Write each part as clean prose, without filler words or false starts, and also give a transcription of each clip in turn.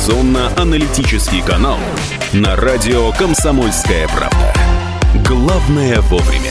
информационно-аналитический канал на радио «Комсомольская правда». Главное вовремя.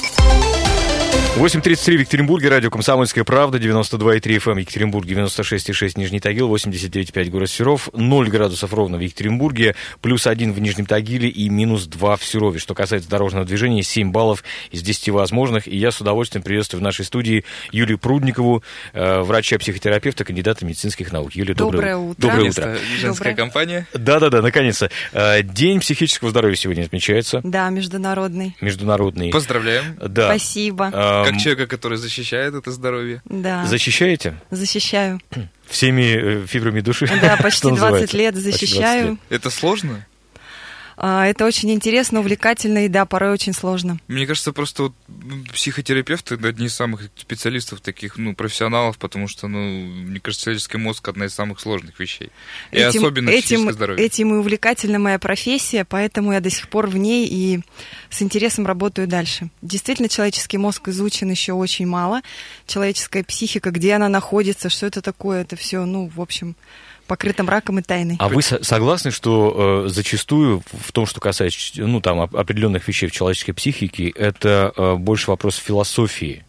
8:33 в Екатеринбурге, радио «Комсомольская правда», 92,3 FM Екатеринбург, 96,6 Нижний Тагил, 89,5 город Серов, 0 градусов ровно в Екатеринбурге, +1 в Нижнем Тагиле и -2 в Серове. Что касается дорожного движения, 7 баллов из 10 возможных. И я с удовольствием приветствую в нашей студии Юлию Прудникову, врача-психотерапевта, кандидата медицинских наук. Юлия, доброе утро. Доброе утро. Женская компания. Да, наконец-то. День психического здоровья сегодня отмечается. Да, международный. Поздравляем. Да. Спасибо. Как человека, который защищает это здоровье. Да. Защищаете? Защищаю. Всеми фибрами души? Да, почти 20 лет защищаю. Это сложно? Это очень интересно, увлекательно и, да, порой очень сложно. Мне кажется, просто вот психотерапевты одни из самых специалистов, таких, профессионалов, потому что, мне кажется, человеческий мозг одна из самых сложных вещей. И особенно психическое здоровье. Этим и увлекательна моя профессия, поэтому я до сих пор в ней и с интересом работаю дальше. Действительно, человеческий мозг изучен еще очень мало. Человеческая психика, где она находится, что это такое, это все, в общем, покрытым раком и тайной. А вы согласны, что зачастую в том, что касается определенных вещей в человеческой психике, это больше вопрос философии?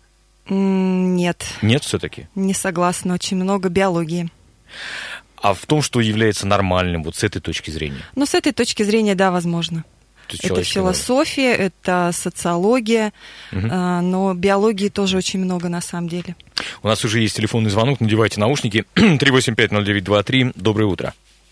Нет. Нет все-таки? Не согласна. Очень много биологии. А в том, что является нормальным, вот с этой точки зрения? С этой точки зрения, да, возможно. Это философия, это социология, но биологии тоже очень много на самом деле. У нас уже есть телефонный звонок, надевайте наушники. 3850923. Доброе утро.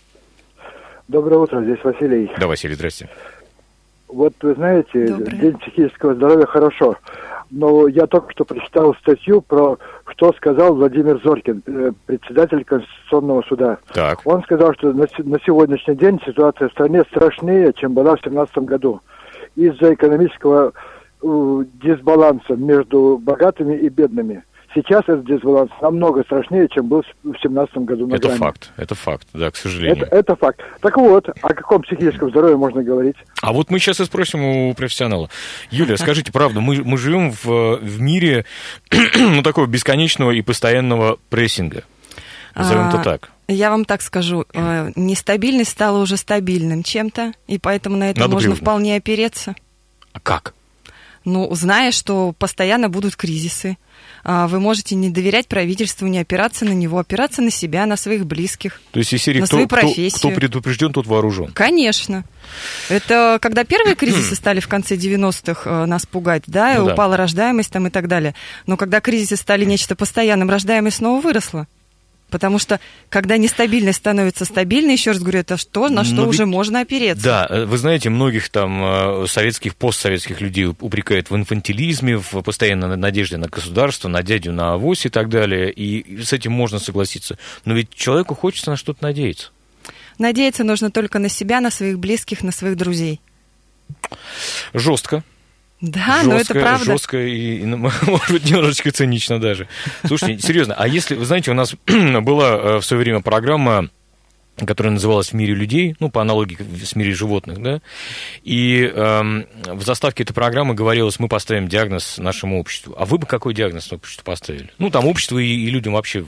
Доброе утро, здесь Василий. Да, Василий, здрасте. Вот вы знаете, День психического здоровья хорошо, но я только что прочитал статью про что сказал Владимир Зорькин, председатель Конституционного суда. Так. Он сказал, что на сегодняшний день ситуация в стране страшнее, чем была в 2017 году. Из-за экономического дисбаланса между богатыми и бедными. Сейчас этот дисбаланс намного страшнее, чем был в 2017 году. Это факт, да, к сожалению. Это факт. Так вот, о каком психическом здоровье можно говорить? А вот мы сейчас и спросим у профессионала. Юлия, скажите правду, мы живем в мире такого бесконечного и постоянного прессинга. Назовем это так. Я вам так скажу, нестабильность стала уже стабильным чем-то, и поэтому на это можно вполне опереться. А как? Зная, что постоянно будут кризисы, вы можете не доверять правительству, не опираться на него, опираться на себя, на своих близких, то есть, из серии, на свою профессию. Кто предупрежден, тот вооружен. Конечно. Это когда первые кризисы стали в конце 90-х нас пугать, да, упала рождаемость и так далее. Но когда кризисы стали нечто постоянным, рождаемость снова выросла. Потому что, когда нестабильность становится стабильной, еще раз говорю, это на что уже можно опереться. Да, вы знаете, многих советских, постсоветских людей упрекают в инфантилизме, в постоянной надежде на государство, на дядю, на авось и так далее. И с этим можно согласиться. Но ведь человеку хочется на что-то надеяться. Надеяться нужно только на себя, на своих близких, на своих друзей. Жестко. Да, но это правда. Жестко и, может быть, немножечко цинично даже. Слушайте, серьезно, а если, вы знаете, у нас была в свое время программа, которая называлась «В мире людей», по аналогии с «Мире животных», да, и в заставке этой программы говорилось, мы поставим диагноз нашему обществу. А вы бы какой диагноз обществу поставили? Обществу и людям вообще...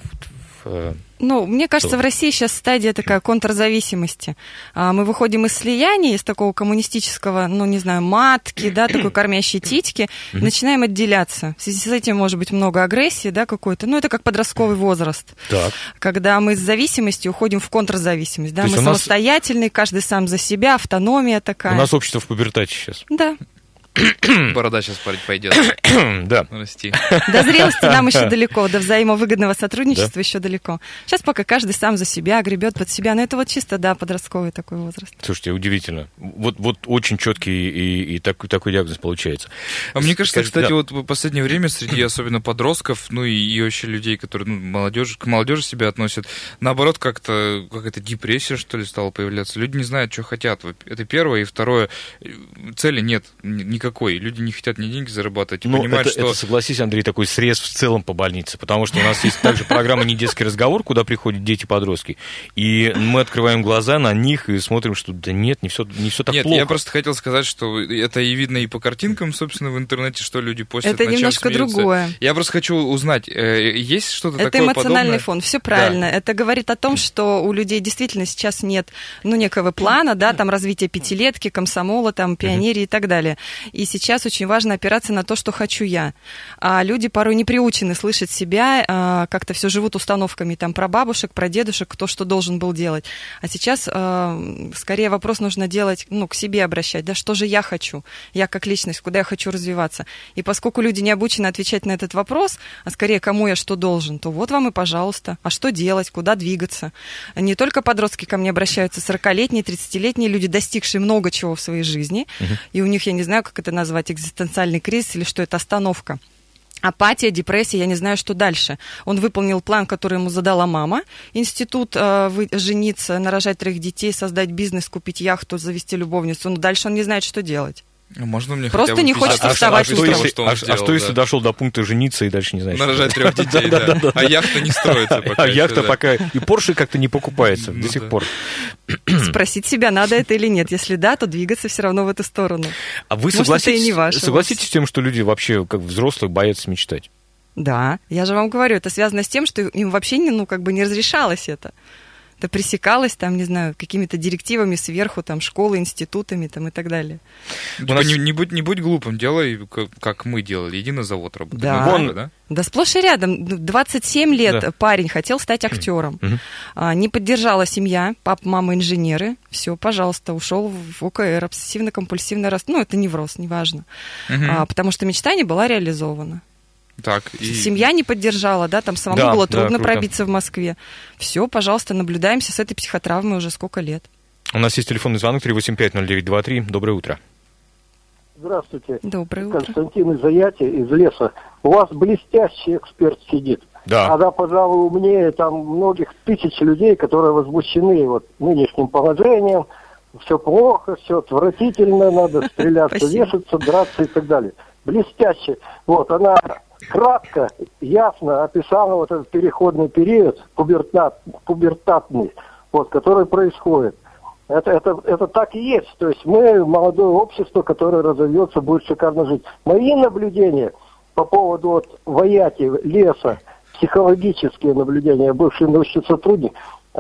мне кажется, в России сейчас стадия такая контрзависимости. Мы выходим из слияния, из такого коммунистического, матки, да, такой кормящей титьки, начинаем отделяться. В связи с этим может быть много агрессии, да, какой-то. Это как подростковый возраст. Так. Когда мы из зависимости уходим в контрзависимость. Да, мы самостоятельные, каждый сам за себя, автономия такая. У нас общество в пубертате сейчас. Да. Борода сейчас пойдет. Да. Расти. До зрелости нам еще далеко, до взаимовыгодного сотрудничества еще далеко. Сейчас пока каждый сам за себя гребет под себя, но это чисто, подростковый такой возраст. Слушайте, удивительно. Вот очень четкий и такой диагноз получается. А мне кажется, кстати, в последнее время среди особенно подростков, и вообще людей, которые к молодежи себя относят, наоборот, как-то какая-то депрессия, что ли, стала появляться. Люди не знают, что хотят. Это первое. И второе, цели нет никакой. никакой. Люди не хотят ни деньги зарабатывать и понимают, что... Это, согласись, Андрей, такой срез в целом по больнице, потому что у нас есть также программа «Не детский разговор», куда приходят дети-подростки, и мы открываем глаза на них и смотрим, что да нет, не все так плохо. Я просто хотел сказать, что это и видно и по картинкам, собственно, в интернете, что люди постят, это немножко другое. Я просто хочу узнать, есть что-то такое подобное? Это эмоциональный фон, все правильно. Да. Это говорит о том, что у людей действительно сейчас нет, некого плана, да, там развития пятилетки, комсомола, там, пионерии и так далее. И сейчас очень важно опираться на то, что хочу я. А люди порой не приучены слышать себя, как-то все живут установками там про бабушек, про дедушек, кто что должен был делать. А сейчас скорее вопрос нужно делать, к себе обращать, да, что же я хочу, я как личность, куда я хочу развиваться. И поскольку люди не обучены отвечать на этот вопрос, а скорее кому я что должен, то вот вам и пожалуйста. А что делать, куда двигаться? Не только подростки ко мне обращаются, 40-летние, 30-летние люди, достигшие много чего в своей жизни, и у них, я не знаю, как это назвать, экзистенциальный кризис или что это, остановка. Апатия, депрессия, я не знаю, что дальше. Он выполнил план, который ему задала мама. Институт, жениться, нарожать 3 детей, создать бизнес, купить яхту, завести любовницу. Но дальше он не знает, что делать. Можно мне просто не хочется вставать. Что если дошел до пункта жениться и дальше не знаешь? Нарожать 3 детей, да. А яхта не строится пока. А яхта пока... И Порше как-то не покупается до сих пор. Спросить себя, надо это или нет. Если да, то двигаться все равно в эту сторону. А вы согласитесь с тем, что люди вообще, как взрослые, боятся мечтать? Да, я же вам говорю, это связано с тем, что им вообще не разрешалось это. Это пресекалось, там, не знаю, какими-то директивами сверху, там, школы, институтами, там, и так далее. Не будь глупым, делай, как мы делали, иди на завод работать. Да. Да сплошь и рядом. 27 лет парень хотел стать актером. Не поддержала семья, папа, мама инженеры. Все, пожалуйста, ушел в ОКР, обсессивно-компульсивный расстройство. Это невроз, неважно. Потому что мечта не была реализована. Так, Семья не поддержала, да, там самому было трудно пробиться в Москве. Все, пожалуйста, наблюдаемся с этой психотравмой уже сколько лет. У нас есть телефонный звонок 3850923. Доброе утро. Здравствуйте. Доброе утро. Константин из Заяти, из леса. У вас блестящий эксперт сидит. Да. Она, пожалуй, умнее там многих тысяч людей, которые возмущены нынешним положением. Все плохо, все отвратительно, надо стреляться, вешаться, драться и так далее. Блестяще. Она кратко, ясно описала этот переходный период, пубертатный, который происходит. Это так и есть. То есть мы, молодое общество, которое разовьется, будет шикарно жить. Мои наблюдения по поводу Ваяти, леса, психологические наблюдения, бывший научный сотрудник,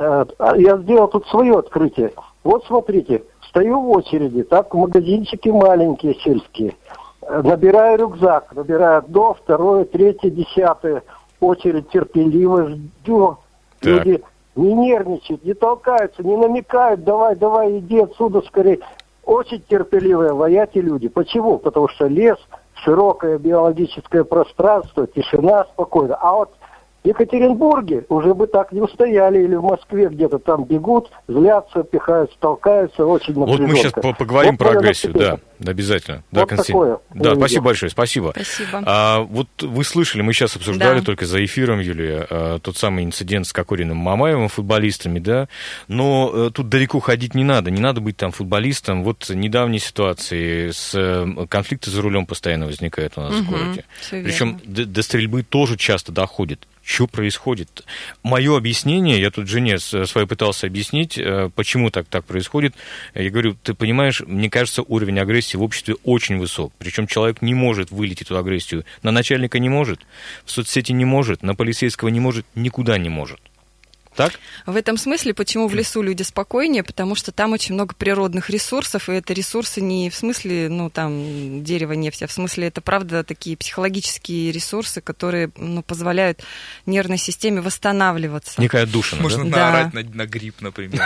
я сделал тут свое открытие. Вот смотрите, стою в очереди, так магазинчики маленькие, сельские. Набираю рюкзак, набираю одно, второе, третье, 10-е. Очередь терпеливо жду. Так. Люди не нервничают, не толкаются, не намекают, давай, иди отсюда скорее. Очень терпеливые Ваяти люди. Почему? Потому что лес, широкое биологическое пространство, тишина, спокойно. А вот в Екатеринбурге уже бы так не устояли, или в Москве где-то там бегут, злятся, пихаются, толкаются, очень напряженка. Вот мы сейчас поговорим про агрессию, да, обязательно. Да, Константин. Да, спасибо большое, спасибо. Вот вы слышали, мы сейчас обсуждали только за эфиром, Юлия, тот самый инцидент с Кокориным, Мамаевым, футболистами, да, но тут далеко ходить не надо быть там футболистом. Вот недавние ситуации с конфликты за рулем постоянно возникают у нас в городе. Причем до стрельбы тоже часто доходит. Что происходит? Мое объяснение, я тут жене своей пытался объяснить, почему так происходит. Я говорю, ты понимаешь, мне кажется, уровень агрессии в обществе очень высок. Причем человек не может вылить эту агрессию. На начальника не может, в соцсети не может, на полицейского не может, никуда не может. Так? В этом смысле, почему в лесу люди спокойнее, потому что там очень много природных ресурсов, и это ресурсы не в смысле, дерево, нефть, а в смысле это, правда, такие психологические ресурсы, которые, позволяют нервной системе восстанавливаться. Некая отдушина, можно наорать на гриб, например.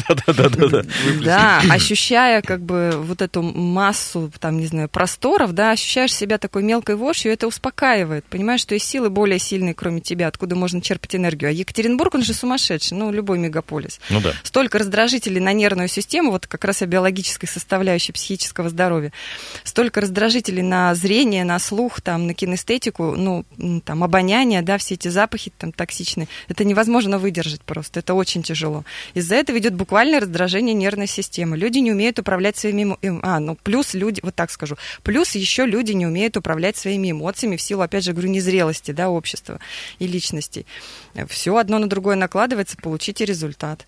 Да, ощущая вот эту массу, просторов, ощущаешь себя такой мелкой вошью, это успокаивает. Понимаешь, что есть силы более сильные, кроме тебя, откуда можно черпать энергию. А Екатеринбург, он же сумасшедший. сумасшедший, любой мегаполис. Ну да. Столько раздражителей на нервную систему, вот как раз о биологической составляющей психического здоровья, столько раздражителей на зрение, на слух, там, на кинестетику, там, обоняние, да, все эти запахи там токсичные. Это невозможно выдержать просто, это очень тяжело. Из-за этого идет буквальное раздражение нервной системы. Люди не умеют управлять своими... плюс люди, вот так скажу, плюс еще люди не умеют управлять своими эмоциями в силу, опять же, говорю, незрелости, да, общества и личностей. Все одно на другое накладывается, получите результат.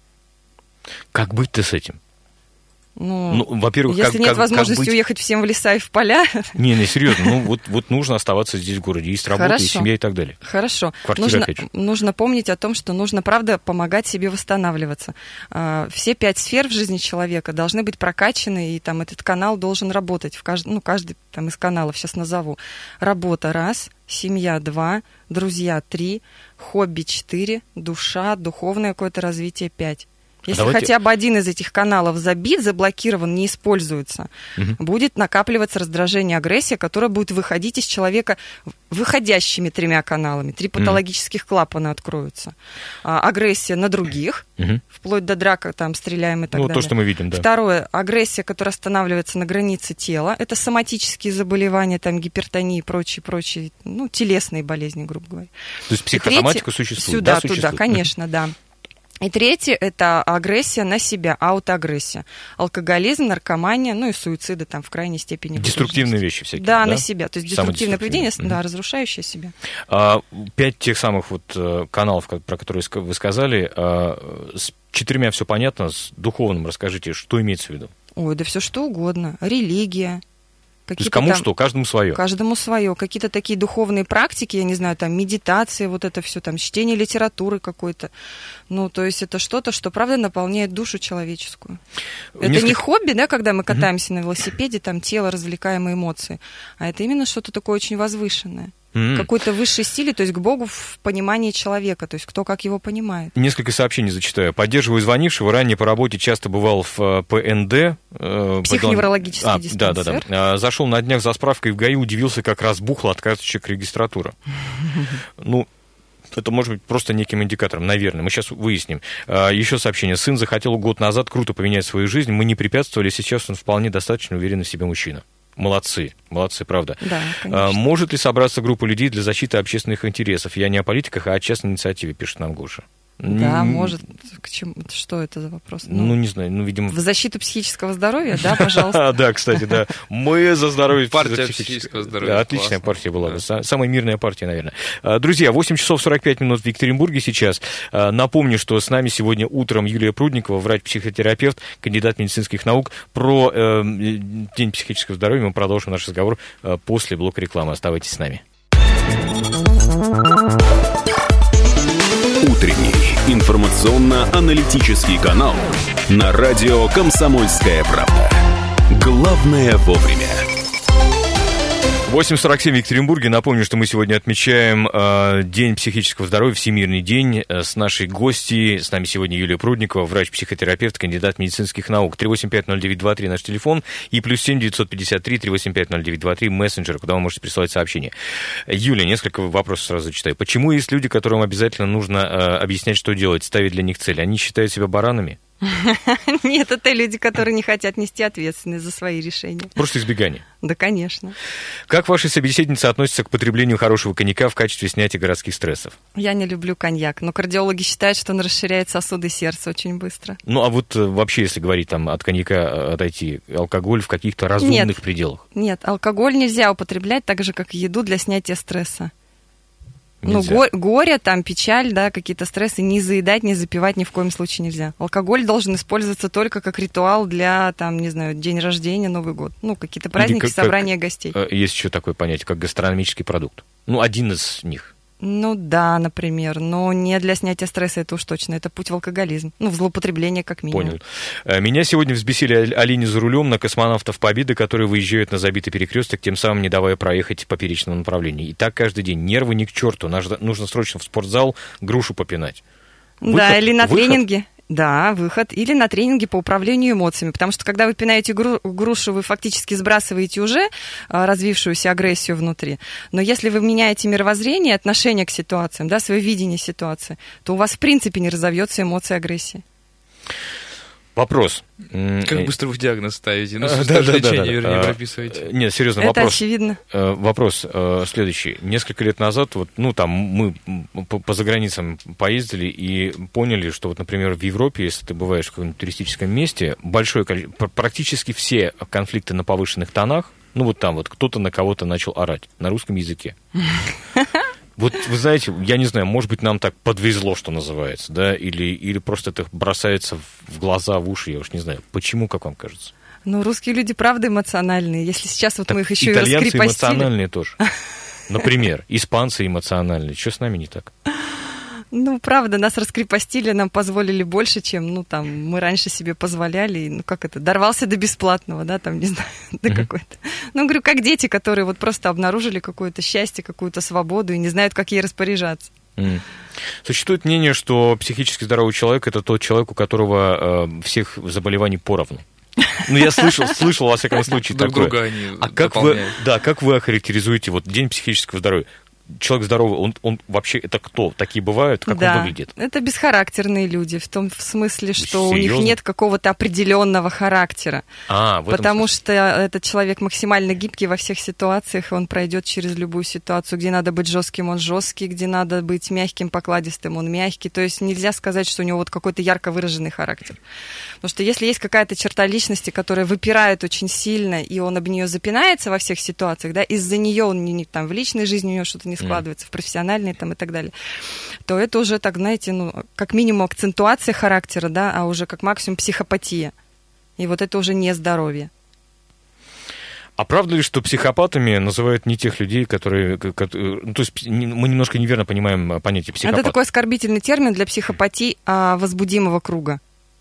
Как быть-то с этим? Во-первых, если нет возможности уехать всем в леса и в поля... Не, серьезно, вот нужно оставаться здесь в городе, есть работа, и семья и так далее. Хорошо. Квартира, нужно помнить о том, что нужно, правда, помогать себе восстанавливаться. Все 5 сфер в жизни человека должны быть прокачаны, и там этот канал должен работать. Каждый там, из каналов, сейчас назову. Работа 1, семья 2, друзья 3, хобби 4, душа, духовное какое-то развитие 5. Если хотя бы один из этих каналов забит, заблокирован, не используется, будет накапливаться раздражение, агрессия, которая будет выходить из человека выходящими 3 каналами. 3 патологических клапана откроются. Агрессия на других, вплоть до драка, там, стреляем и так далее. То, что мы видим, да. Второе, агрессия, которая останавливается на границе тела. Это соматические заболевания, там, гипертония и прочие, телесные болезни, грубо говоря. То есть психосоматика существует? Сюда, конечно, да. И третье – это агрессия на себя, аутоагрессия. Алкоголизм, наркомания, и суициды там в крайней степени. Деструктивные вещи всякие. Да, на себя. То есть деструктивное поведение, разрушающее себя. 5 тех самых каналов, про которые вы сказали, с 4 все понятно, с духовным расскажите, что имеется в виду? Ой, да все что угодно. Религия. То есть кому что, каждому свое? Каждому свое. Какие-то такие духовные практики, я не знаю, там, медитации, вот это все, там, чтение литературы какой-то. То есть это что-то, что, правда, наполняет душу человеческую. Это не хобби, да, когда мы катаемся на велосипеде, там, тело, развлекаем эмоции, а это именно что-то такое очень возвышенное. Какой-то высшей стиле, то есть к Богу в понимании человека, то есть кто как его понимает. Несколько сообщений зачитаю. Поддерживаю звонившего. Ранее по работе часто бывал в п.н.д. Психоневрологический диспансер. Да. Зашел на днях за справкой в ГАИ, удивился, как разбухла от карточек регистратура. Это может быть просто неким индикатором, наверное. Мы сейчас выясним. Еще сообщение. Сын захотел год назад круто поменять свою жизнь. Мы не препятствовали. Сейчас он вполне достаточно уверенный в себе мужчина. Молодцы, правда. Да, конечно. Может ли собраться группа людей для защиты общественных интересов? Я не о политиках, а о частной инициативе, пишет нам Гоша. Да, может. К чему? Что это за вопрос? Не знаю, видимо... В защиту психического здоровья, да, пожалуйста. Да, кстати, да. Мы за здоровье партия психического здоровья. Отличная партия была бы. Самая мирная партия, наверное. Друзья, 8 часов 45 минут в Екатеринбурге сейчас. Напомню, что с нами сегодня утром Юлия Прудникова, врач-психотерапевт, кандидат медицинских наук. Про День психического здоровья мы продолжим наш разговор после блока рекламы. Оставайтесь с нами. Утренний информационно-аналитический канал на радио «Комсомольская правда». Главное вовремя. 8:47 в Екатеринбурге. Напомню, что мы сегодня отмечаем День психического здоровья, Всемирный день, с нашей гостьей. С нами сегодня Юлия Прудникова, врач-психотерапевт, кандидат медицинских наук. 3850923 наш телефон и +7 953 385 0923 мессенджер, куда вы можете присылать сообщения. Юля, несколько вопросов сразу зачитаю. Почему есть люди, которым обязательно нужно объяснять, что делать, ставить для них цель? Они считают себя баранами? Нет, это люди, которые не хотят нести ответственность за свои решения. Просто избегание. Да, конечно. Как ваши собеседницы относятся к потреблению хорошего коньяка в качестве снятия городских стрессов? Я не люблю коньяк, но кардиологи считают, что он расширяет сосуды сердца очень быстро. А вот вообще, если говорить там от коньяка отойти, алкоголь в каких-то разумных пределах? Нет, алкоголь нельзя употреблять так же, как еду для снятия стресса. Горе, там, печаль, да, какие-то стрессы, не заедать, не запивать ни в коем случае нельзя. Алкоголь должен использоваться только как ритуал для, там, не знаю, день рождения, Новый год. Какие-то праздники, собрания гостей. Есть еще такое понятие, как гастрономический продукт. Один из них. Да, например, но не для снятия стресса, это уж точно. Это путь в алкоголизм. В злоупотребление как минимум. Понял. Меня сегодня взбесили олени за рулем на космонавтов Победы, которые выезжают на забитый перекресток, тем самым не давая проехать поперечному направлению. И так каждый день. Нервы ни к черту. Нужно срочно в спортзал грушу попинать. Да, или на тренинге. Да, выход. Или на тренинги по управлению эмоциями. Потому что, когда вы пинаете грушу, вы фактически сбрасываете уже развившуюся агрессию внутри. Но если вы меняете мировоззрение, отношение к ситуациям, да, свое видение ситуации, то у вас, в принципе, не разовьется эмоция агрессии. Вопрос. Как быстро вы диагноз ставите? Ну, лечение, вернее, прописываете. Нет, серьезно, это вопрос. Очевидно. Вопрос следующий. Несколько лет назад, мы по заграницам поездили и поняли, что, например, в Европе, если ты бываешь в каком-нибудь туристическом месте, практически все конфликты на повышенных тонах, кто-то на кого-то начал орать на русском языке. Вот, вы знаете, я не знаю, может быть, нам так подвезло, что называется, да, или просто это бросается в глаза, в уши, я уж не знаю. Почему, как вам кажется? Ну, русские люди, правда, эмоциональные. Если сейчас мы их еще и раскрепостили... Итальянцы эмоциональные тоже. Например, испанцы эмоциональные. Что с нами не так? Ну, правда, нас раскрепостили, нам позволили больше, чем, мы раньше себе позволяли. Дорвался до бесплатного, да, не знаю, до какой-то. Говорю, как дети, которые просто обнаружили какое-то счастье, какую-то свободу и не знают, как ей распоряжаться. Существует мнение, что психически здоровый человек – это тот человек, у которого всех заболеваний поровну. Я слышал, во всяком случае, такое. Друг друга они дополняют. Как вы охарактеризуете День психического здоровья? Человек здоровый, он вообще это кто? Такие бывают? Как он выглядит? Это бесхарактерные люди, в том смысле, что у них нет какого-то определенного характера. Потому что этот человек максимально гибкий во всех ситуациях, и он пройдет через любую ситуацию. Где надо быть жестким, он жесткий, где надо быть мягким, покладистым, он мягкий. То есть нельзя сказать, что у него какой-то ярко выраженный характер. Потому что если есть какая-то черта личности, которая выпирает очень сильно, и он об нее запинается во всех ситуациях, да, из-за нее он в личной жизни у него что-то не складывается, в профессиональной и так далее, то это уже так, знаете, как минимум акцентуация характера, да, а уже как максимум психопатия. И это уже не здоровье. А правда ли, что психопатами называют не тех людей, которые... то есть мы немножко неверно понимаем понятие психопат. Это такой оскорбительный термин для психопатии возбудимого круга.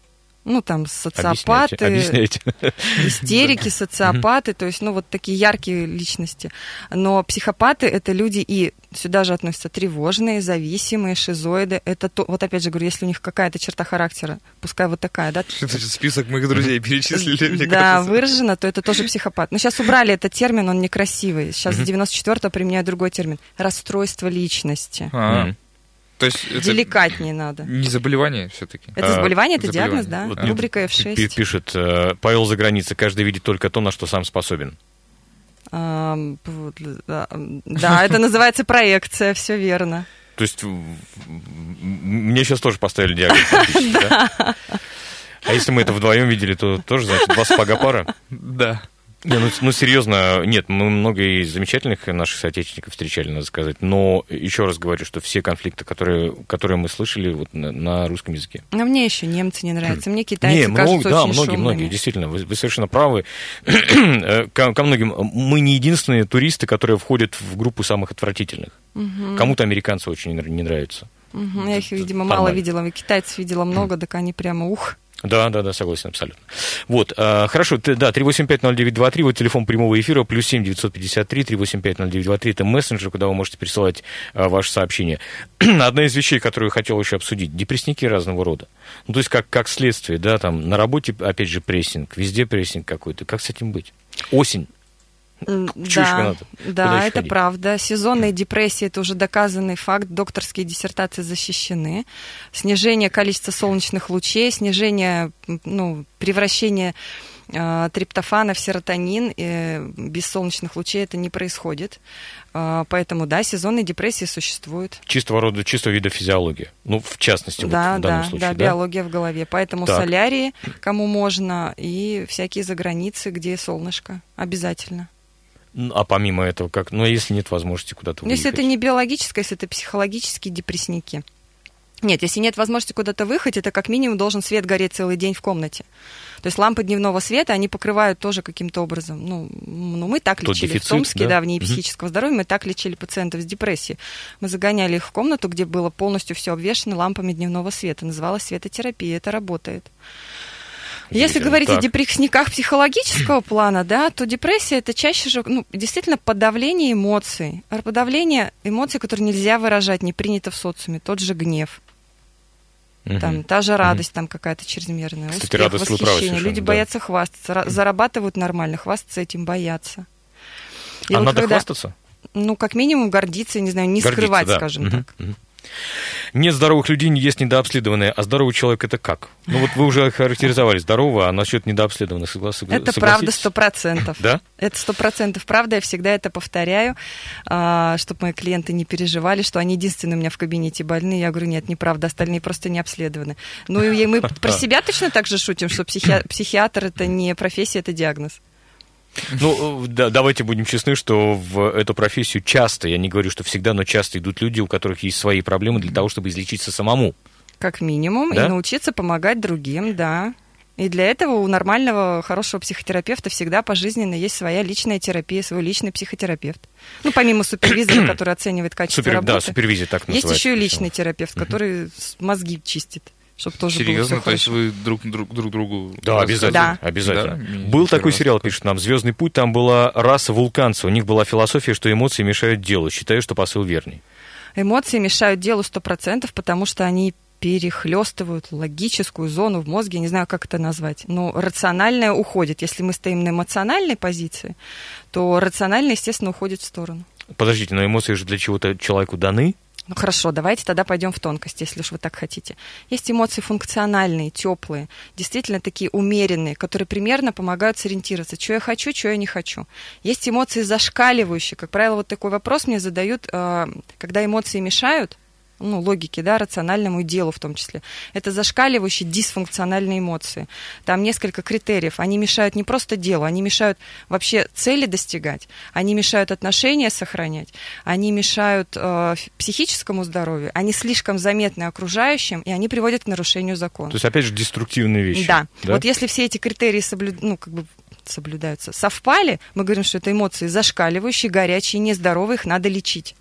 Социопаты, Объясняйте. истерики, социопаты, то есть, такие яркие личности. Но психопаты – это люди, и сюда же относятся тревожные, зависимые, шизоиды. Это опять же говорю, если у них какая-то черта характера, пускай такая, да? Список моих друзей перечислили, мне кажется. Да, выражено, то это тоже психопат. Но сейчас убрали этот термин, он некрасивый. Сейчас с 94-го применяют другой термин. Расстройство личности. То есть деликатнее надо. Не заболевание все-таки. Это заболевание, это диагноз, да? Рубрика F6. Пишет Павел за границей, каждый видит только то, на что сам способен. Да, это называется проекция, все верно. То есть мне сейчас тоже поставили диагноз. Да? А если мы это вдвоем видели, то тоже, значит, два сапога пара? Да. Серьезно, нет, мы много и замечательных наших соотечественников встречали, надо сказать, но еще раз говорю, что все конфликты, которые мы слышали на русском языке. А мне еще немцы не нравятся, мне китайцы кажутся очень шумными. Многие, действительно, вы совершенно правы. Ко многим, мы не единственные туристы, которые входят в группу самых отвратительных. Кому-то американцы очень не нравятся. Я их, видимо, мало видела, китайцев видела много, так они прямо Да, согласен, абсолютно. Хорошо, 3850923, телефон прямого эфира, +7 953 3850923, это мессенджер, куда вы можете присылать ваши сообщения. Одна из вещей, которую я хотел еще обсудить, депрессники разного рода. То есть как следствие, да, на работе, опять же, прессинг, везде прессинг какой-то. Как с этим быть? Осень. Да, это правда. Сезонные депрессии – это уже доказанный факт. Докторские диссертации защищены. Снижение количества солнечных лучей, снижение, превращение триптофана в серотонин. Без солнечных лучей это не происходит. Поэтому, да, сезонные депрессии существуют. Чистого вида физиология. В частности, в данном случае. Да, биология в голове. Поэтому солярии, кому можно, и всякие заграницы, где солнышко. Обязательно. А помимо этого, если нет возможности куда-то выехать? Если это не биологическое, если это психологические депрессники. Нет, если нет возможности куда-то выехать, это как минимум должен свет гореть целый день в комнате. То есть лампы дневного света, они покрывают тоже каким-то образом. Мы так лечили дефицит, в Томске, в НИИ психического здоровья, мы так лечили пациентов с депрессией. Мы загоняли их в комнату, где было полностью все обвешано лампами дневного света. Называлась светотерапия, это работает. Если говорить о депрессниках психологического плана, да, то депрессия – это чаще же действительно подавление эмоций. Подавление эмоций, которые нельзя выражать, не принято в социуме. Тот же гнев. Там та же радость там какая-то чрезмерная, кстати, успех, восхищение. Люди боятся хвастаться, зарабатывают нормально, хвастаться этим боятся. А надо хвастаться? Ну, как минимум гордиться, не знаю, не скрывать, скажем так. Нет здоровых людей, не есть недообследованные. А здоровый человек это как? Ну вот вы уже характеризовали здорового, а насчет недообследованных согласитесь? Это правда 100%. Да? Это 100% правда. Я всегда это повторяю, чтобы мои клиенты не переживали, что они единственные у меня в кабинете больные. Я говорю, нет, неправда, остальные просто не обследованы. Ну и мы про себя точно так же шутим, что психиатр это не профессия, это диагноз. Ну, да, давайте будем честны, что в эту профессию часто, я не говорю, что всегда, но часто идут люди, у которых есть свои проблемы для того, чтобы излечиться самому. Как минимум, да? И научиться помогать другим, да. И для этого у нормального, хорошего психотерапевта всегда пожизненно есть своя личная терапия, свой личный психотерапевт. Ну, помимо супервизора, который оценивает качество работы. Да, супервизия так называется. Есть еще и личный терапевт, который мозги чистит. Чтобы тоже серьезно, было то есть вы друг другу... Да, обязательно. Да. Обязательно. Да? Был такой сериал, пишет нам, «Звездный путь», там была раса вулканцев. У них была философия, что эмоции мешают делу. Считаю, что посыл верный. Эмоции мешают делу 100%, потому что они перехлестывают логическую зону в мозге, не знаю, как это назвать, но рациональное уходит. Если мы стоим на эмоциональной позиции, то рациональное, естественно, уходит в сторону. Подождите, но эмоции же для чего-то человеку даны? Ну хорошо, давайте тогда пойдем в тонкость, если уж вы так хотите. Есть эмоции функциональные, теплые, действительно такие умеренные, которые примерно помогают сориентироваться, что я хочу, что я не хочу. Есть эмоции зашкаливающие. Как правило, вот такой вопрос мне задают, когда эмоции мешают, ну, логике, да, рациональному делу в том числе. Это зашкаливающие дисфункциональные эмоции. Там несколько критериев. Они мешают не просто делу, они мешают вообще цели достигать, они мешают отношения сохранять, они мешают психическому здоровью, они слишком заметны окружающим, и они приводят к нарушению закона. То есть, опять же, деструктивные вещи. Да. Вот если все эти критерии соблюдаются, совпали, мы говорим, что это эмоции зашкаливающие, горячие, нездоровые, их надо лечить.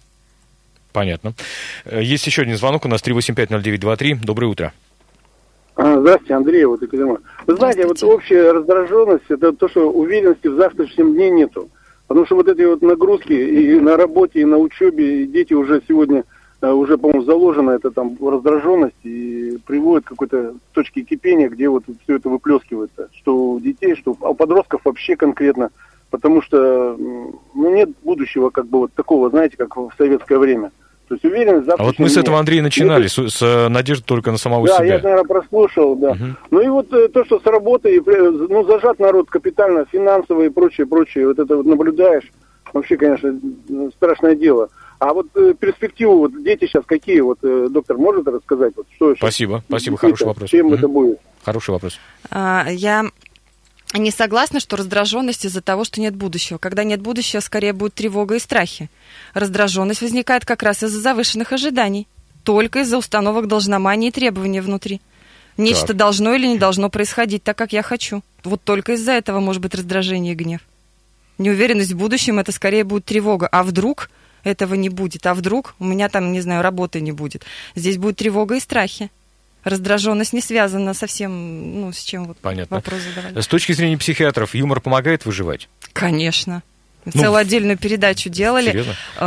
Понятно. Есть еще один звонок у нас, 3850923. Доброе утро. Здравствуйте, Андрей, вот Екатерина. Вы знаете, вот общая раздраженность, это то, что уверенности в завтрашнем дне нету. Потому что вот этой вот нагрузки и на работе, и на учебе, и дети уже сегодня, уже, по-моему, заложена эта там раздраженность и приводит к какой-то точке кипения, где вот все это выплескивается. Что у детей, что у подростков вообще конкретно. Потому что нет будущего как бы вот такого, знаете, как в советское время. То есть уверенность... А вот мы с этого, Андрей, начинали, с надеждой только на самого себя. Да, я, наверное, прослушал, да. Ну и вот то, что с работы, зажат народ капитально, финансово и прочее, вот это вот наблюдаешь, вообще, конечно, страшное дело. А вот перспективу, вот дети сейчас какие, вот доктор может рассказать? Вот, что спасибо, хороший вопрос. Чем это будет? Хороший вопрос. Я не согласна, что раздраженность из-за того, что нет будущего. Когда нет будущего, скорее будет тревога и страхи. Раздраженность возникает как раз из-за завышенных ожиданий. Только из-за установок должномании и требований внутри. Нечто должно или не должно происходить так, как я хочу. Вот только из-за этого может быть раздражение и гнев. Неуверенность в будущем – это скорее будет тревога. А вдруг этого не будет? А вдруг у меня там, не знаю, работы не будет? Здесь будет тревога и страхи. Раздраженность не связана совсем, с чем вот понятно. Вопрос задавали. С точки зрения психиатров, юмор помогает выживать? Конечно. Целую отдельную передачу делали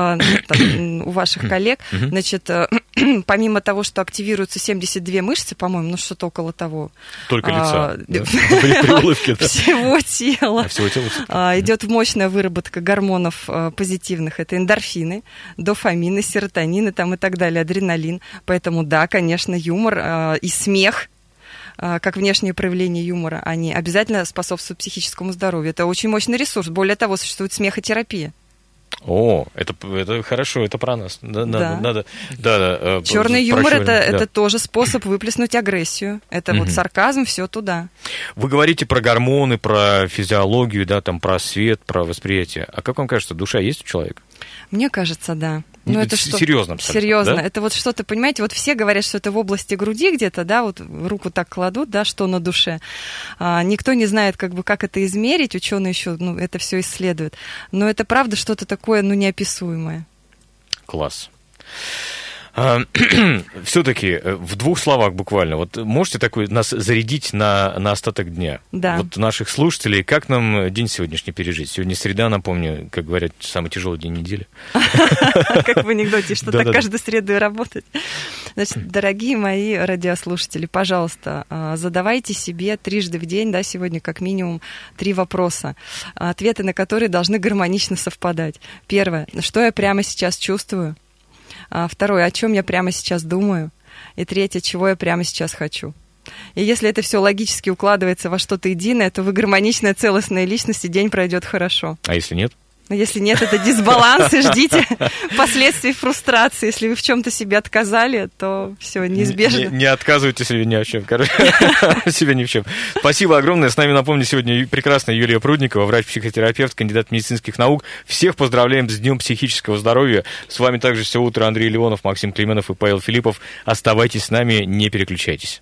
у ваших коллег. Значит, помимо того, что активируются 72 мышцы, по-моему, что-то около того. Только лица. При улыбке. Всего тела. Идет мощная выработка гормонов позитивных. Это эндорфины, дофамины, серотонины там и так далее, адреналин. Поэтому, да, конечно, юмор и смех, как внешнее проявление юмора, они обязательно способствуют психическому здоровью. Это очень мощный ресурс. Более того, существует смехотерапия. О, это хорошо, это про нас. Надо. Черный юмор это тоже способ выплеснуть агрессию. Это вот сарказм, все туда. Вы говорите про гормоны, про физиологию, да, там про свет, про восприятие. А как вам кажется, душа есть у человека? Мне кажется, да. Это серьезно абсолютно. Серьезно. Да? Это вот что-то, понимаете, вот все говорят, что это в области груди где-то, да, вот руку так кладут, да, что на душе. Никто не знает, как это измерить, ученые еще это все исследуют. Но это правда что-то такое, неописуемое. Класс. Все-таки в двух словах буквально, вот можете нас зарядить на остаток дня? Да. Вот наших слушателей, как нам день сегодняшний пережить? Сегодня среда, напомню, как говорят, самый тяжелый день недели. Как в анекдоте, что так каждую среду и работать. Значит, дорогие мои радиослушатели, пожалуйста, задавайте себе трижды в день, да, сегодня как минимум 3 вопроса, ответы на которые должны гармонично совпадать. Первое, что я прямо сейчас чувствую? Второе, о чем я прямо сейчас думаю? И третье, чего я прямо сейчас хочу? И если это все логически укладывается во что-то единое, то вы гармоничная, целостная личность, и день пройдет хорошо. А если нет? Если нет, это дисбаланс, и ждите последствий фрустрации. Если вы в чем-то себе отказали, то все, неизбежно. Не отказывайте себе ни в чем, себе ни в чем. Спасибо огромное. С нами, напомню, сегодня прекрасная Юлия Прудникова, врач-психотерапевт, кандидат медицинских наук. Всех поздравляем с Днем психического здоровья. С вами также все утро Андрей Леонов, Максим Клейменов и Павел Филиппов. Оставайтесь с нами, не переключайтесь.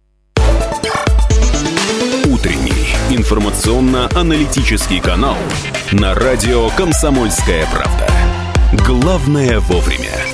Утренний информационно-аналитический канал на радио «Комсомольская правда». Главное вовремя.